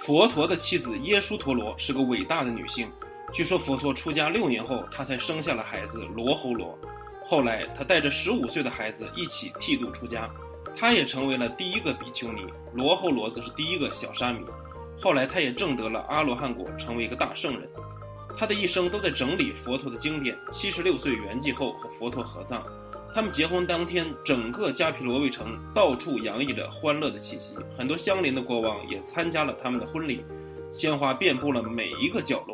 佛陀的妻子耶输陀罗是个伟大的女性，据说佛陀出家6年后，她才生下了孩子罗睺罗。后来她带着15岁的孩子一起剃度出家，她也成为了第一个比丘尼，罗睺罗则是第一个小沙弥。后来她也证得了阿罗汉果，成为一个大圣人。她的一生都在整理佛陀的经典。76岁圆寂后和佛陀合葬。他们结婚当天，整个迦毗罗卫城到处洋溢着欢乐的气息，很多相邻的国王也参加了他们的婚礼，鲜花遍布了每一个角落。